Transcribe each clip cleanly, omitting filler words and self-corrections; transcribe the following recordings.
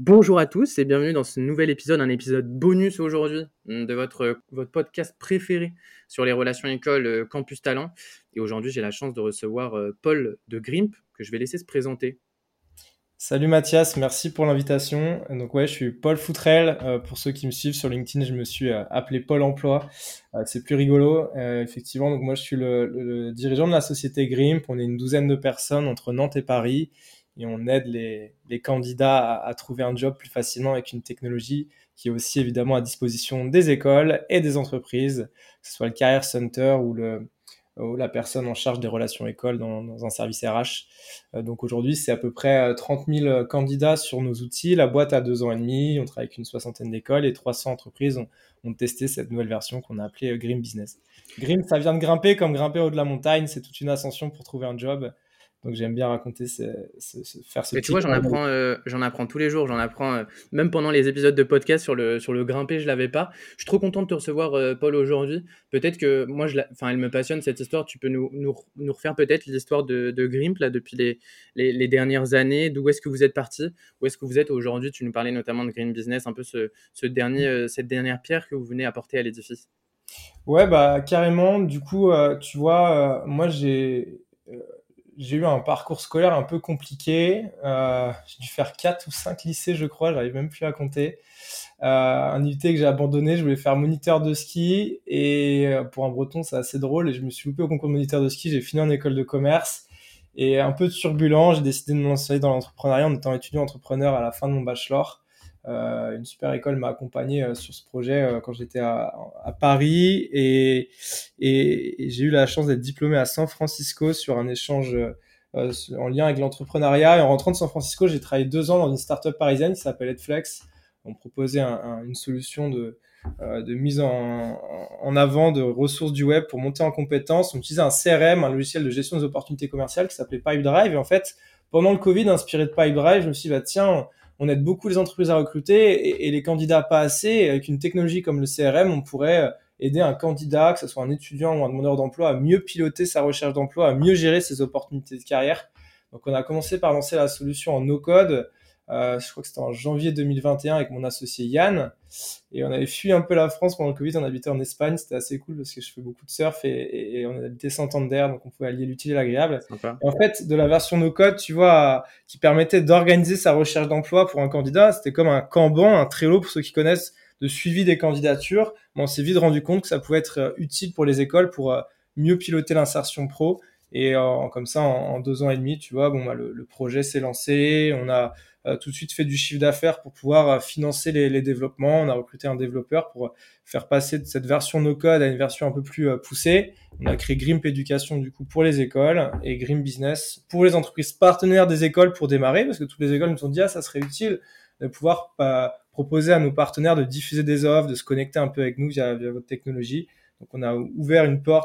Bonjour à tous et bienvenue dans ce nouvel épisode, un épisode bonus aujourd'hui de votre podcast préféré sur les relations école Campus Talent. Et aujourd'hui, j'ai la chance de recevoir Paul de Grimp, que je vais laisser se présenter. Salut Mathias, merci pour l'invitation. Donc ouais, je suis Paul Foutrel. Pour ceux qui me suivent sur LinkedIn, je me suis appelé Paul Emploi. C'est plus rigolo. Effectivement, donc moi je suis le dirigeant de la société Grimp. On est une douzaine de personnes entre Nantes et Paris et on aide les candidats à trouver un job plus facilement avec une technologie qui est aussi évidemment à disposition des écoles et des entreprises, que ce soit le Career Center ou la personne en charge des relations écoles dans un service RH. Donc aujourd'hui, c'est à peu près 30 000 candidats sur nos outils. La boîte a 2 ans et demi, on travaille avec une soixantaine d'écoles et 300 entreprises ont testé cette nouvelle version qu'on a appelée Grim Business. Grim, ça vient de grimper comme grimper au-delà de la montagne, c'est toute une ascension pour trouver un job. Donc j'aime bien raconter, faire ce Et tu petit vois, parallèle. j'en apprends tous les jours, j'en apprends même pendant les épisodes de podcast sur le grimper, je l'avais pas. Je suis trop content de te recevoir, Paul, aujourd'hui. Peut-être que moi, elle me passionne cette histoire. Tu peux nous refaire peut-être l'histoire de Grimp là depuis les dernières années. D'où est-ce que vous êtes parti? Où est-ce que vous êtes aujourd'hui? Tu nous parlais notamment de Green Business, un peu cette dernière pierre que vous venez apporter à l'édifice. Ouais, bah carrément. Du coup, tu vois, moi j'ai eu un parcours scolaire un peu compliqué. J'ai dû faire 4 ou 5 lycées, je crois, j'arrive même plus à compter. Un UT que j'ai abandonné, je voulais faire moniteur de ski et pour un breton, c'est assez drôle et je me suis loupé au concours de moniteur de ski, j'ai fini en école de commerce et un peu turbulent, j'ai décidé de me lancer dans l'entrepreneuriat en étant étudiant entrepreneur à la fin de mon bachelor. Une super école m'a accompagné sur ce projet quand j'étais à Paris et j'ai eu la chance d'être diplômé à San Francisco sur un échange en lien avec l'entrepreneuriat. Et en rentrant de San Francisco, j'ai travaillé 2 ans dans une startup parisienne qui s'appelle Edflex. On proposait une solution de mise en avant de ressources du web pour monter en compétences. On utilisait un CRM, un logiciel de gestion des opportunités commerciales qui s'appelait Pipedrive. Et en fait, pendant le Covid, inspiré de Pipedrive, je me suis dit, bah, tiens, on aide beaucoup les entreprises à recruter et les candidats pas assez. Et avec une technologie comme le CRM, on pourrait aider un candidat, que ce soit un étudiant ou un demandeur d'emploi, à mieux piloter sa recherche d'emploi, à mieux gérer ses opportunités de carrière. Donc, on a commencé par lancer la solution en no-code. Je crois que c'était en janvier 2021 avec mon associé Yann. Et on avait fui un peu la France pendant le Covid. On habitait en Espagne. C'était assez cool parce que je fais beaucoup de surf et on habitait Santander. Donc, on pouvait allier l'utile et l'agréable. Sympa. Et en fait, de la version no-code, tu vois, qui permettait d'organiser sa recherche d'emploi pour un candidat, c'était comme un Kanban, un Trello pour ceux qui connaissent, de suivi des candidatures. Mais on s'est vite rendu compte que ça pouvait être utile pour les écoles pour mieux piloter l'insertion pro. Et comme ça, en 2 ans et demi, tu vois, bon, bah, le projet s'est lancé. On a tout de suite fait du chiffre d'affaires pour pouvoir financer les développements. On a recruté un développeur pour faire passer de cette version no-code à une version un peu plus poussée. On a créé Grimp Éducation du coup pour les écoles et Grimp Business pour les entreprises partenaires des écoles pour démarrer, parce que toutes les écoles nous ont dit ça serait utile de pouvoir proposer à nos partenaires de diffuser des offres, de se connecter un peu avec nous via votre technologie. Donc on a ouvert une porte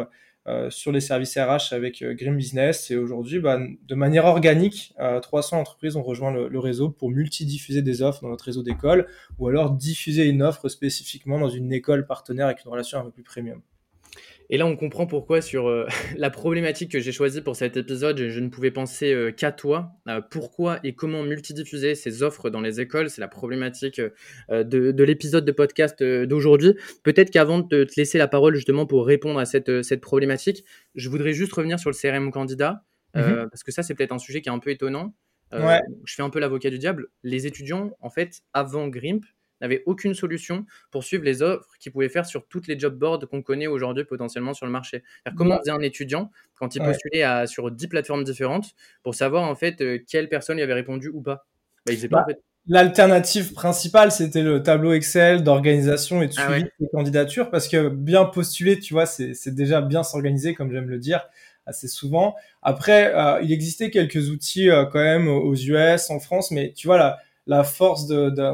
sur les services RH avec Green Business. Et aujourd'hui, bah, de manière organique, 300 entreprises ont rejoint le réseau pour multidiffuser des offres dans notre réseau d'écoles ou alors diffuser une offre spécifiquement dans une école partenaire avec une relation un peu plus premium. Et là, on comprend pourquoi sur la problématique que j'ai choisie pour cet épisode, je ne pouvais penser qu'à toi. Pourquoi et comment multidiffuser ces offres dans les écoles? C'est la problématique de l'épisode de podcast d'aujourd'hui. Peut-être qu'avant de te laisser la parole justement pour répondre à cette problématique, je voudrais juste revenir sur le CRM candidat, Mhm. parce que ça, c'est peut-être un sujet qui est un peu étonnant. Ouais. Je fais un peu l'avocat du diable. Les étudiants, en fait, avant Grimp, n'avaient aucune solution pour suivre les offres qu'ils pouvaient faire sur toutes les job boards qu'on connaît aujourd'hui potentiellement sur le marché. Comment Bah, faisait un étudiant quand il ouais. postulait sur 10 plateformes différentes pour savoir en fait quelle personne lui avait répondu ou pas? Bah, il faisait pas en Bah, fait. l'alternative principale, c'était le tableau Excel d'organisation et de Ah suivi ouais. des candidatures, parce que bien postuler, tu vois, c'est déjà bien s'organiser, comme j'aime le dire assez souvent. Après, il existait quelques outils quand même aux US, en France, mais tu vois, la force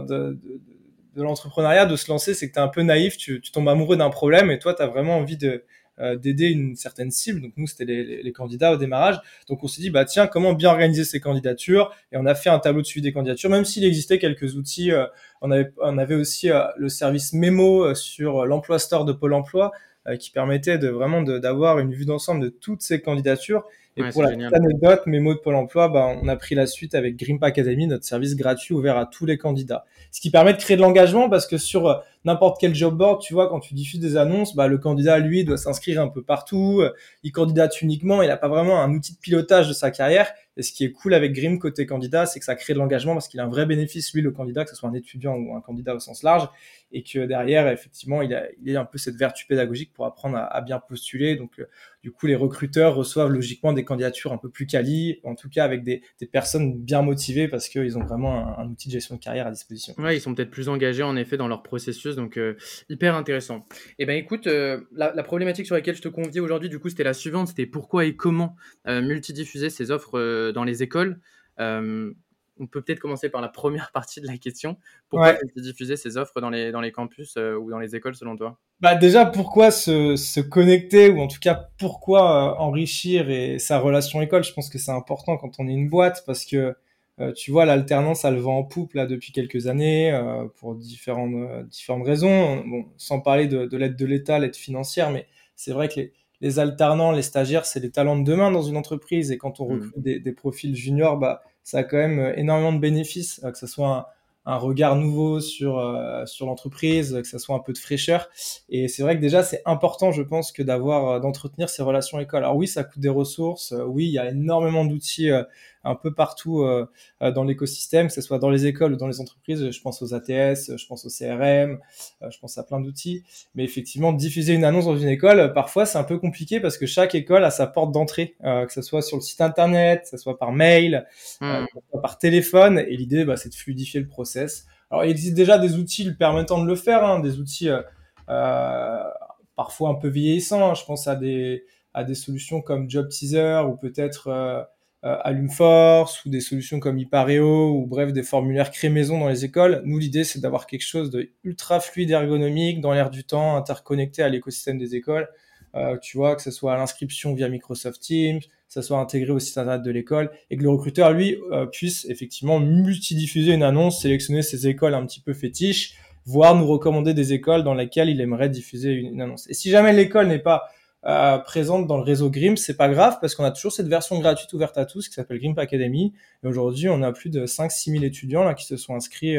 de l'entrepreneuriat, de se lancer, c'est que tu es un peu naïf, tu tombes amoureux d'un problème et toi, tu as vraiment envie d'aider une certaine cible. Donc nous, c'était les candidats au démarrage. Donc on s'est dit, bah tiens, comment bien organiser ces candidatures? Et on a fait un tableau de suivi des candidatures, même s'il existait quelques outils. On avait aussi le service Mémo sur l'Emploi Store de Pôle Emploi qui permettait d'avoir une vue d'ensemble de toutes ces candidatures. Et Ouais, pour c'est la petite génial. anecdote, mes mots de Pôle emploi, bah, on a pris la suite avec Grimp Academy, notre service gratuit ouvert à tous les candidats. Ce qui permet de créer de l'engagement parce que sur n'importe quel job board, tu vois, quand tu diffuses des annonces, bah, le candidat, lui, doit s'inscrire un peu partout. Il candidate uniquement. Il n'a pas vraiment un outil de pilotage de sa carrière. Et ce qui est cool avec Grimp côté candidat, c'est que ça crée de l'engagement parce qu'il a un vrai bénéfice, lui, le candidat, que ce soit un étudiant ou un candidat au sens large. Et que derrière, effectivement, il y a un peu cette vertu pédagogique pour apprendre à bien postuler. Donc, du coup, les recruteurs reçoivent logiquement des candidatures un peu plus quali, en tout cas avec des personnes bien motivées parce qu'ils ont vraiment un outil de gestion de carrière à disposition. Ouais, ils sont peut-être plus engagés en effet dans leur processus, donc hyper intéressant. Et ben écoute, la problématique sur laquelle je te conviais aujourd'hui, du coup, c'était la suivante, c'était pourquoi et comment multidiffuser ces offres dans les écoles. Euh, on peut peut-être commencer par la première partie de la question. Pourquoi Ouais. multidiffuser ces offres dans les campus ou dans les écoles selon toi? Bah déjà, pourquoi se connecter ou en tout cas pourquoi enrichir et sa relation école? Je pense que c'est important quand on est une boîte parce que tu vois l'alternance elle vend en poupe là depuis quelques années pour différentes raisons. Bon, sans parler de l'aide de l'État, l'aide financière, mais c'est vrai que les alternants, les stagiaires, c'est les talents de demain dans une entreprise et quand on Hmm. recrute des profils juniors, bah ça a quand même énormément de bénéfices, que ce soit un regard nouveau sur l'entreprise, que ça soit un peu de fraîcheur. Et c'est vrai que déjà, c'est important, je pense, que d'entretenir ces relations écoles. Alors oui, ça coûte des ressources. Oui, il y a énormément d'outils un peu partout dans l'écosystème, que ce soit dans les écoles ou dans les entreprises. Je pense aux ATS, je pense au CRM, je pense à plein d'outils. Mais effectivement, diffuser une annonce dans une école, parfois, c'est un peu compliqué parce que chaque école a sa porte d'entrée, que ce soit sur le site internet, que ce soit par mail, Hmm. que ce soit par téléphone. Et l'idée, bah, c'est de fluidifier le process. Alors, il existe déjà des outils le permettant de le faire, hein, des outils euh, parfois un peu vieillissants. Hein. Je pense à des solutions comme Job Teaser ou peut-être Alumforce ou des solutions comme Ipareo ou bref des formulaires créés maison dans les écoles. Nous, l'idée, c'est d'avoir quelque chose de ultra fluide, ergonomique, dans l'air du temps, interconnecté à l'écosystème des écoles. Tu vois, que ce soit à l'inscription via Microsoft Teams, que ça soit intégré au site internet de l'école et que le recruteur, lui, puisse effectivement multidiffuser une annonce, sélectionner ses écoles un petit peu fétiches, voire nous recommander des écoles dans lesquelles il aimerait diffuser une annonce. Et si jamais l'école n'est pas présente dans le réseau Grimp, c'est pas grave parce qu'on a toujours cette version gratuite ouverte à tous qui s'appelle Grimp Academy. Et aujourd'hui, on a plus de 5-6 000 étudiants là, qui se sont inscrits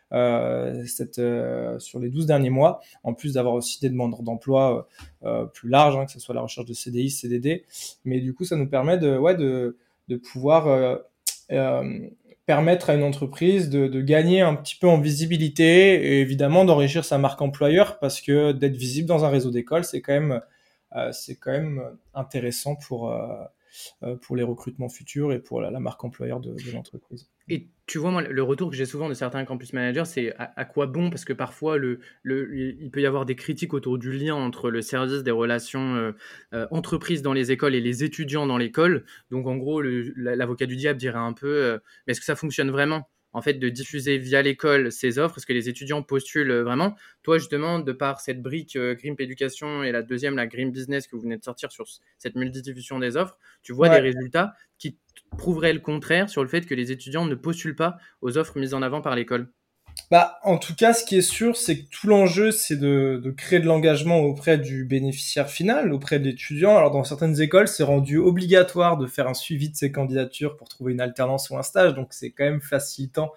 sur les 12 derniers mois, en plus d'avoir aussi des demandes d'emploi plus larges, hein, que ce soit la recherche de CDI, CDD. Mais du coup, ça nous permet de pouvoir euh, permettre à une entreprise de gagner un petit peu en visibilité et évidemment d'enrichir sa marque employeur parce que d'être visible dans un réseau d'écoles, c'est quand même intéressant pour les recrutements futurs et pour la marque employeur de l'entreprise. Et tu vois, moi, le retour que j'ai souvent de certains campus managers, c'est à quoi bon? Parce que parfois, il peut y avoir des critiques autour du lien entre le service des relations entreprises dans les écoles et les étudiants dans l'école. Donc, en gros, l'avocat du diable dirait un peu, mais est-ce que ça fonctionne vraiment? En fait, de diffuser via l'école ces offres, est-ce que les étudiants postulent vraiment? Toi, justement, de par cette brique Grimp Éducation et la deuxième, la Grimp Business que vous venez de sortir sur cette multidiffusion des offres, tu vois des Ouais. résultats qui prouverait le contraire sur le fait que les étudiants ne postulent pas aux offres mises en avant par l'école. Bah, en tout cas, ce qui est sûr, c'est que tout l'enjeu, c'est de créer de l'engagement auprès du bénéficiaire final, auprès de l'étudiant. Alors, dans certaines écoles, c'est rendu obligatoire de faire un suivi de ses candidatures pour trouver une alternance ou un stage. Donc, c'est quand même facilitant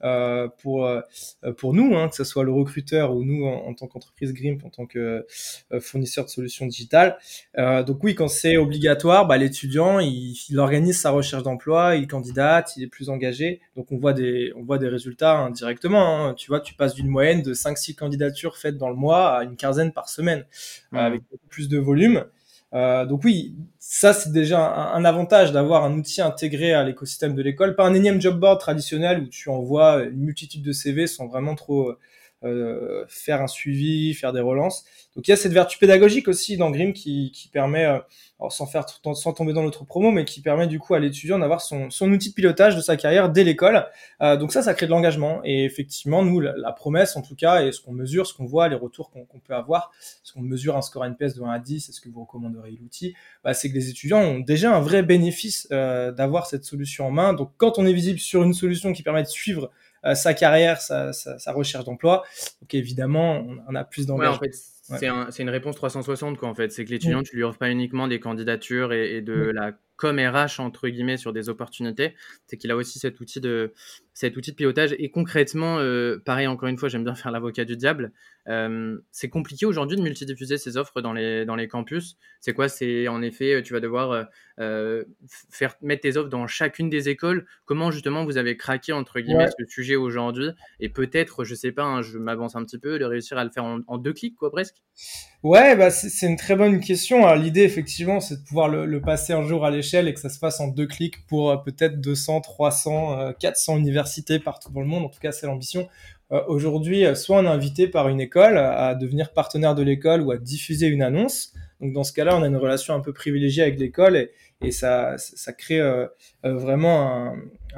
pour nous, hein, que ce soit le recruteur ou nous en tant qu'entreprise Grimp, en tant que fournisseur de solutions digitales. Donc oui, quand c'est obligatoire, bah, l'étudiant, il organise sa recherche d'emploi, il candidate, il est plus engagé. Donc on voit des résultats indirectement. Hein. Tu vois, tu passes d'une moyenne de 5-6 candidatures faites dans le mois à une quinzaine par semaine, avec Hmm. beaucoup plus de volume. Donc oui, ça c'est déjà un avantage d'avoir un outil intégré à l'écosystème de l'école, pas un énième job board traditionnel où tu envoies une multitude de CV sans vraiment trop faire un suivi, faire des relances. Donc il y a cette vertu pédagogique aussi dans Grim qui permet, alors sans tomber dans notre promo, mais qui permet du coup à l'étudiant d'avoir son outil de pilotage de sa carrière dès l'école. Donc ça crée de l'engagement. Et effectivement, nous, la promesse en tout cas, et ce qu'on mesure, ce qu'on voit, les retours qu'on peut avoir, ce qu'on mesure un score NPS de 1 à 10, est-ce que vous recommanderiez l'outil, bah, c'est que les étudiants ont déjà un vrai bénéfice d'avoir cette solution en main. Donc quand on est visible sur une solution qui permet de suivre sa carrière, sa recherche d'emploi, donc évidemment, on a plus Ouais, en d'engagement. fait, Ouais. c'est une réponse 360, quoi, en fait. C'est que Mm. l'étudiant, tu lui offres pas uniquement des candidatures et de Mm. la comme RH entre guillemets sur des opportunités, c'est qu'il a aussi cet outil de pilotage. Et concrètement, pareil, encore une fois, j'aime bien faire l'avocat du diable. C'est compliqué aujourd'hui de multidiffuser ces offres dans les campus. C'est quoi? C'est en effet, tu vas devoir faire mettre tes offres dans chacune des écoles. Comment justement vous avez craqué entre guillemets Ouais. ce sujet aujourd'hui? Et peut-être, je sais pas, hein, je m'avance un petit peu, de réussir à le faire en 2 clics, quoi, presque. Ouais, bah c'est une très bonne question. Alors l'idée effectivement, c'est de pouvoir le passer un jour à l'échelle et que ça se fasse en 2 clics pour peut-être 200, 300, 400 universités partout dans le monde. En tout cas, c'est l'ambition. Aujourd'hui, soit on est invité par une école à devenir partenaire de l'école ou à diffuser une annonce. Donc dans ce cas-là, on a une relation un peu privilégiée avec l'école et ça crée vraiment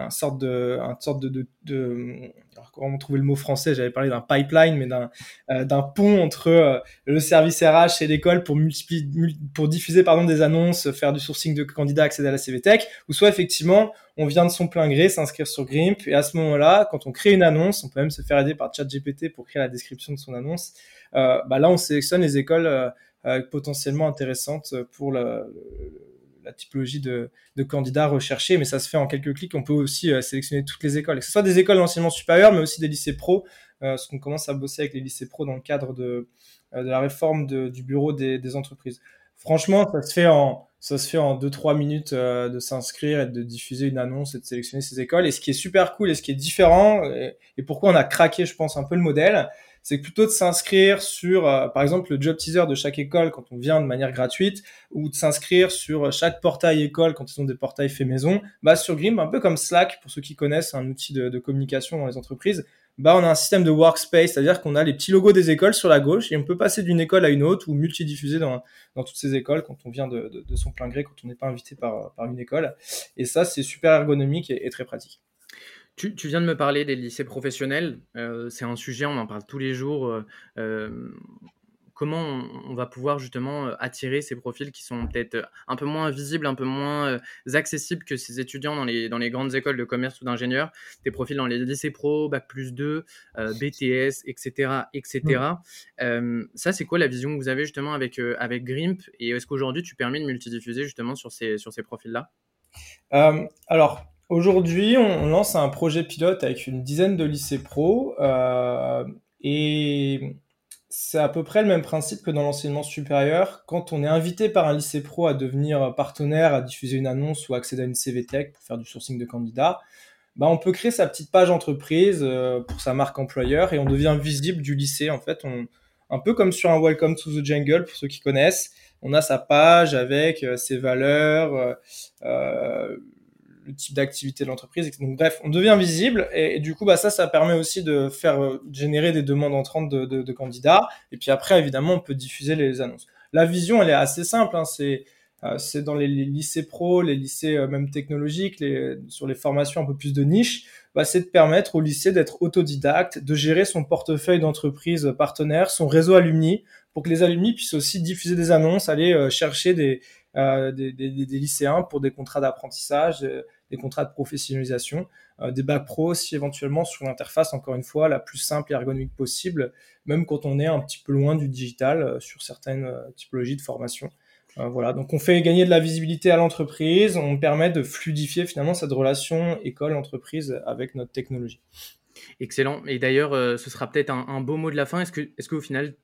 un sorte alors, comment trouver le mot français? J'avais parlé d'un pipeline, mais d'un pont entre le service RH et l'école pour diffuser des annonces, faire du sourcing de candidats, accéder à la CVTech, ou soit effectivement on vient de son plein gré s'inscrire sur Grimp et à ce moment-là, quand on crée une annonce, on peut même se faire aider par ChatGPT pour créer la description de son annonce. Là, on sélectionne les écoles potentiellement intéressantes pour la typologie de candidats recherchés, mais ça se fait en quelques clics. On peut aussi sélectionner toutes les écoles, que ce soit des écoles d'enseignement supérieur, mais aussi des lycées pro, parce qu'on commence à bosser avec les lycées pro dans le cadre de la réforme du bureau des entreprises. Franchement, ça se fait en 2-3 minutes de s'inscrire et de diffuser une annonce et de sélectionner ces écoles. Et ce qui est super cool et ce qui est différent, et pourquoi on a craqué, je pense, un peu le modèle, c'est que plutôt de s'inscrire sur, par exemple, le job teaser de chaque école quand on vient de manière gratuite, ou de s'inscrire sur chaque portail école quand ils ont des portails faits maison, bah sur Grim, un peu comme Slack, pour ceux qui connaissent, un outil de communication dans les entreprises, bah on a un système de workspace, c'est-à-dire qu'on a les petits logos des écoles sur la gauche et on peut passer d'une école à une autre ou multidiffuser dans toutes ces écoles quand on vient de son plein gré, quand on n'est pas invité par une école. Et ça, c'est super ergonomique et très pratique. Tu viens de me parler des lycées professionnels. C'est un sujet, on en parle tous les jours. Comment on va pouvoir justement attirer ces profils qui sont peut-être un peu moins visibles, un peu moins accessibles que ces étudiants dans les grandes écoles de commerce ou d'ingénieurs, des profils dans les lycées pro, Bac+2, BTS, etc. etc. Ça, c'est quoi la vision que vous avez justement avec Grimp? Et est-ce qu'aujourd'hui, tu permets de multidiffuser justement sur ces profils-là? Alors, aujourd'hui, on lance un projet pilote avec une dizaine de lycées pro et c'est à peu près le même principe que dans l'enseignement supérieur. Quand on est invité par un lycée pro à devenir partenaire, à diffuser une annonce ou accéder à une CVTech pour faire du sourcing de candidats, bah, on peut créer sa petite page entreprise pour sa marque employeur et on devient visible du lycée. En fait, un peu comme sur un Welcome to the Jungle, pour ceux qui connaissent. On a sa page avec ses valeurs, le type d'activité de l'entreprise. Donc bref, on devient visible et du coup, bah, ça permet aussi de faire générer des demandes entrantes de candidats. Et puis après, évidemment, on peut diffuser les annonces. La vision, elle est assez simple. Hein, c'est dans les lycées pro, les lycées même technologiques, sur les formations un peu plus de niche, bah, c'est de permettre au lycée d'être autodidacte, de gérer son portefeuille d'entreprises partenaires, son réseau alumni, pour que les alumni puissent aussi diffuser des annonces, aller chercher des lycéens pour des contrats d'apprentissage, des contrats de professionnalisation, des bacs pro aussi éventuellement sur l'interface, encore une fois, la plus simple et ergonomique possible, même quand on est un petit peu loin du digital sur certaines typologies de formation. Voilà, donc on fait gagner de la visibilité à l'entreprise, on permet de fluidifier finalement cette relation école-entreprise avec notre technologie. Excellent. Et d'ailleurs, ce sera peut-être un beau mot de la fin. Est-ce qu'au final,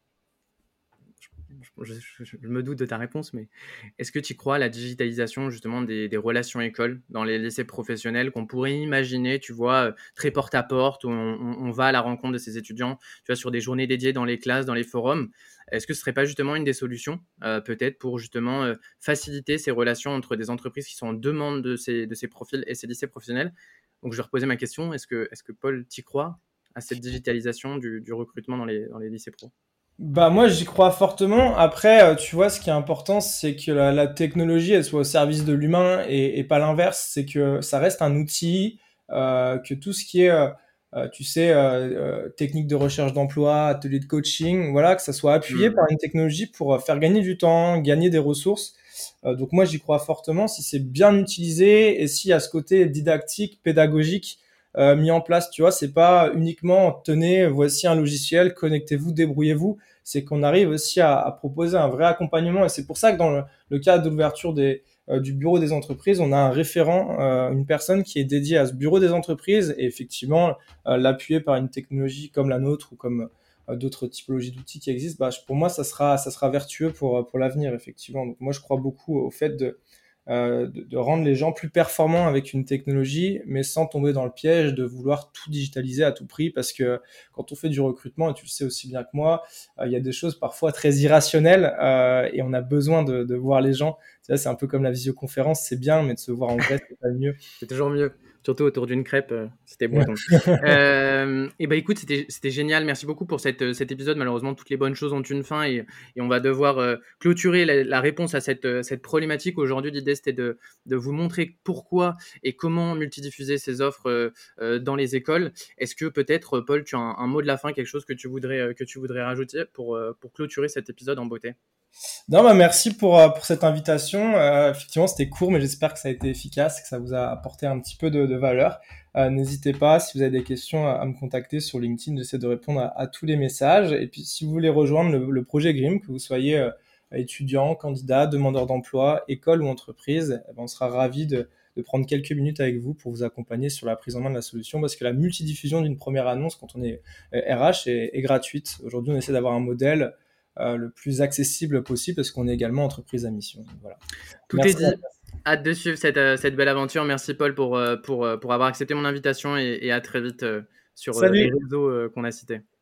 je me doute de ta réponse, mais est-ce que tu crois à la digitalisation justement des relations écoles dans les lycées professionnels qu'on pourrait imaginer, tu vois, très porte-à-porte, où on va à la rencontre de ces étudiants, tu vois, sur des journées dédiées dans les classes, dans les forums? Est-ce que ce serait pas justement une des solutions, peut-être pour justement faciliter ces relations entre des entreprises qui sont en demande de ces profils et ces lycées professionnels? Donc je vais reposer ma question, est-ce que Paul, t'y crois à cette digitalisation du recrutement dans les lycées pro? Bah moi j'y crois fortement. Après, tu vois, ce qui est important, c'est que la technologie, elle soit au service de l'humain et pas l'inverse. C'est que ça reste un outil, que tout ce qui est, tu sais, technique de recherche d'emploi, atelier de coaching, voilà, que ça soit appuyé Mmh. par une technologie pour faire gagner du temps, gagner des ressources. Donc moi j'y crois fortement si c'est bien utilisé et s'il y a ce côté didactique, pédagogique mis en place. Tu vois, c'est pas uniquement tenez, voici un logiciel, connectez-vous, débrouillez-vous. C'est qu'on arrive aussi à proposer un vrai accompagnement et c'est pour ça que dans le cadre de l'ouverture du bureau des entreprises, on a un référent, une personne qui est dédiée à ce bureau des entreprises et effectivement l'appuyer par une technologie comme la nôtre ou comme d'autres typologies d'outils qui existent, pour moi, ça sera vertueux pour l'avenir, effectivement. Donc, moi, je crois beaucoup au fait de rendre les gens plus performants avec une technologie, mais sans tomber dans le piège de vouloir tout digitaliser à tout prix, parce que quand on fait du recrutement, et tu le sais aussi bien que moi, il y a des choses parfois très irrationnelles et on a besoin de voir les gens. C'est un peu comme la visioconférence, c'est bien, mais de se voir en vrai, c'est pas le mieux. C'est toujours mieux. Surtout autour d'une crêpe, c'était bon. Et bah écoute, c'était génial. Merci beaucoup pour cet épisode. Malheureusement, toutes les bonnes choses ont une fin et on va devoir clôturer la réponse à cette problématique. Aujourd'hui, l'idée, c'était de vous montrer pourquoi et comment multidiffuser ces offres dans les écoles. Est-ce que peut-être, Paul, tu as un mot de la fin, quelque chose que tu voudrais rajouter pour clôturer cet épisode en beauté? Non, merci pour cette invitation. Effectivement, c'était court, mais j'espère que ça a été efficace, que ça vous a apporté un petit peu de valeur. N'hésitez pas, si vous avez des questions, à me contacter sur LinkedIn. J'essaie de répondre à tous les messages. Et puis, si vous voulez rejoindre le projet GRIM, que vous soyez étudiant, candidat, demandeur d'emploi, école ou entreprise, on sera ravis de prendre quelques minutes avec vous pour vous accompagner sur la prise en main de la solution, parce que la multidiffusion d'une première annonce quand on est RH est gratuite. Aujourd'hui, on essaie d'avoir un modèle le plus accessible possible parce qu'on est également entreprise à mission. Donc, voilà. Tout est dit. Hâte de suivre cette belle aventure. Merci Paul pour avoir accepté mon invitation et à très vite sur les réseaux qu'on a cités.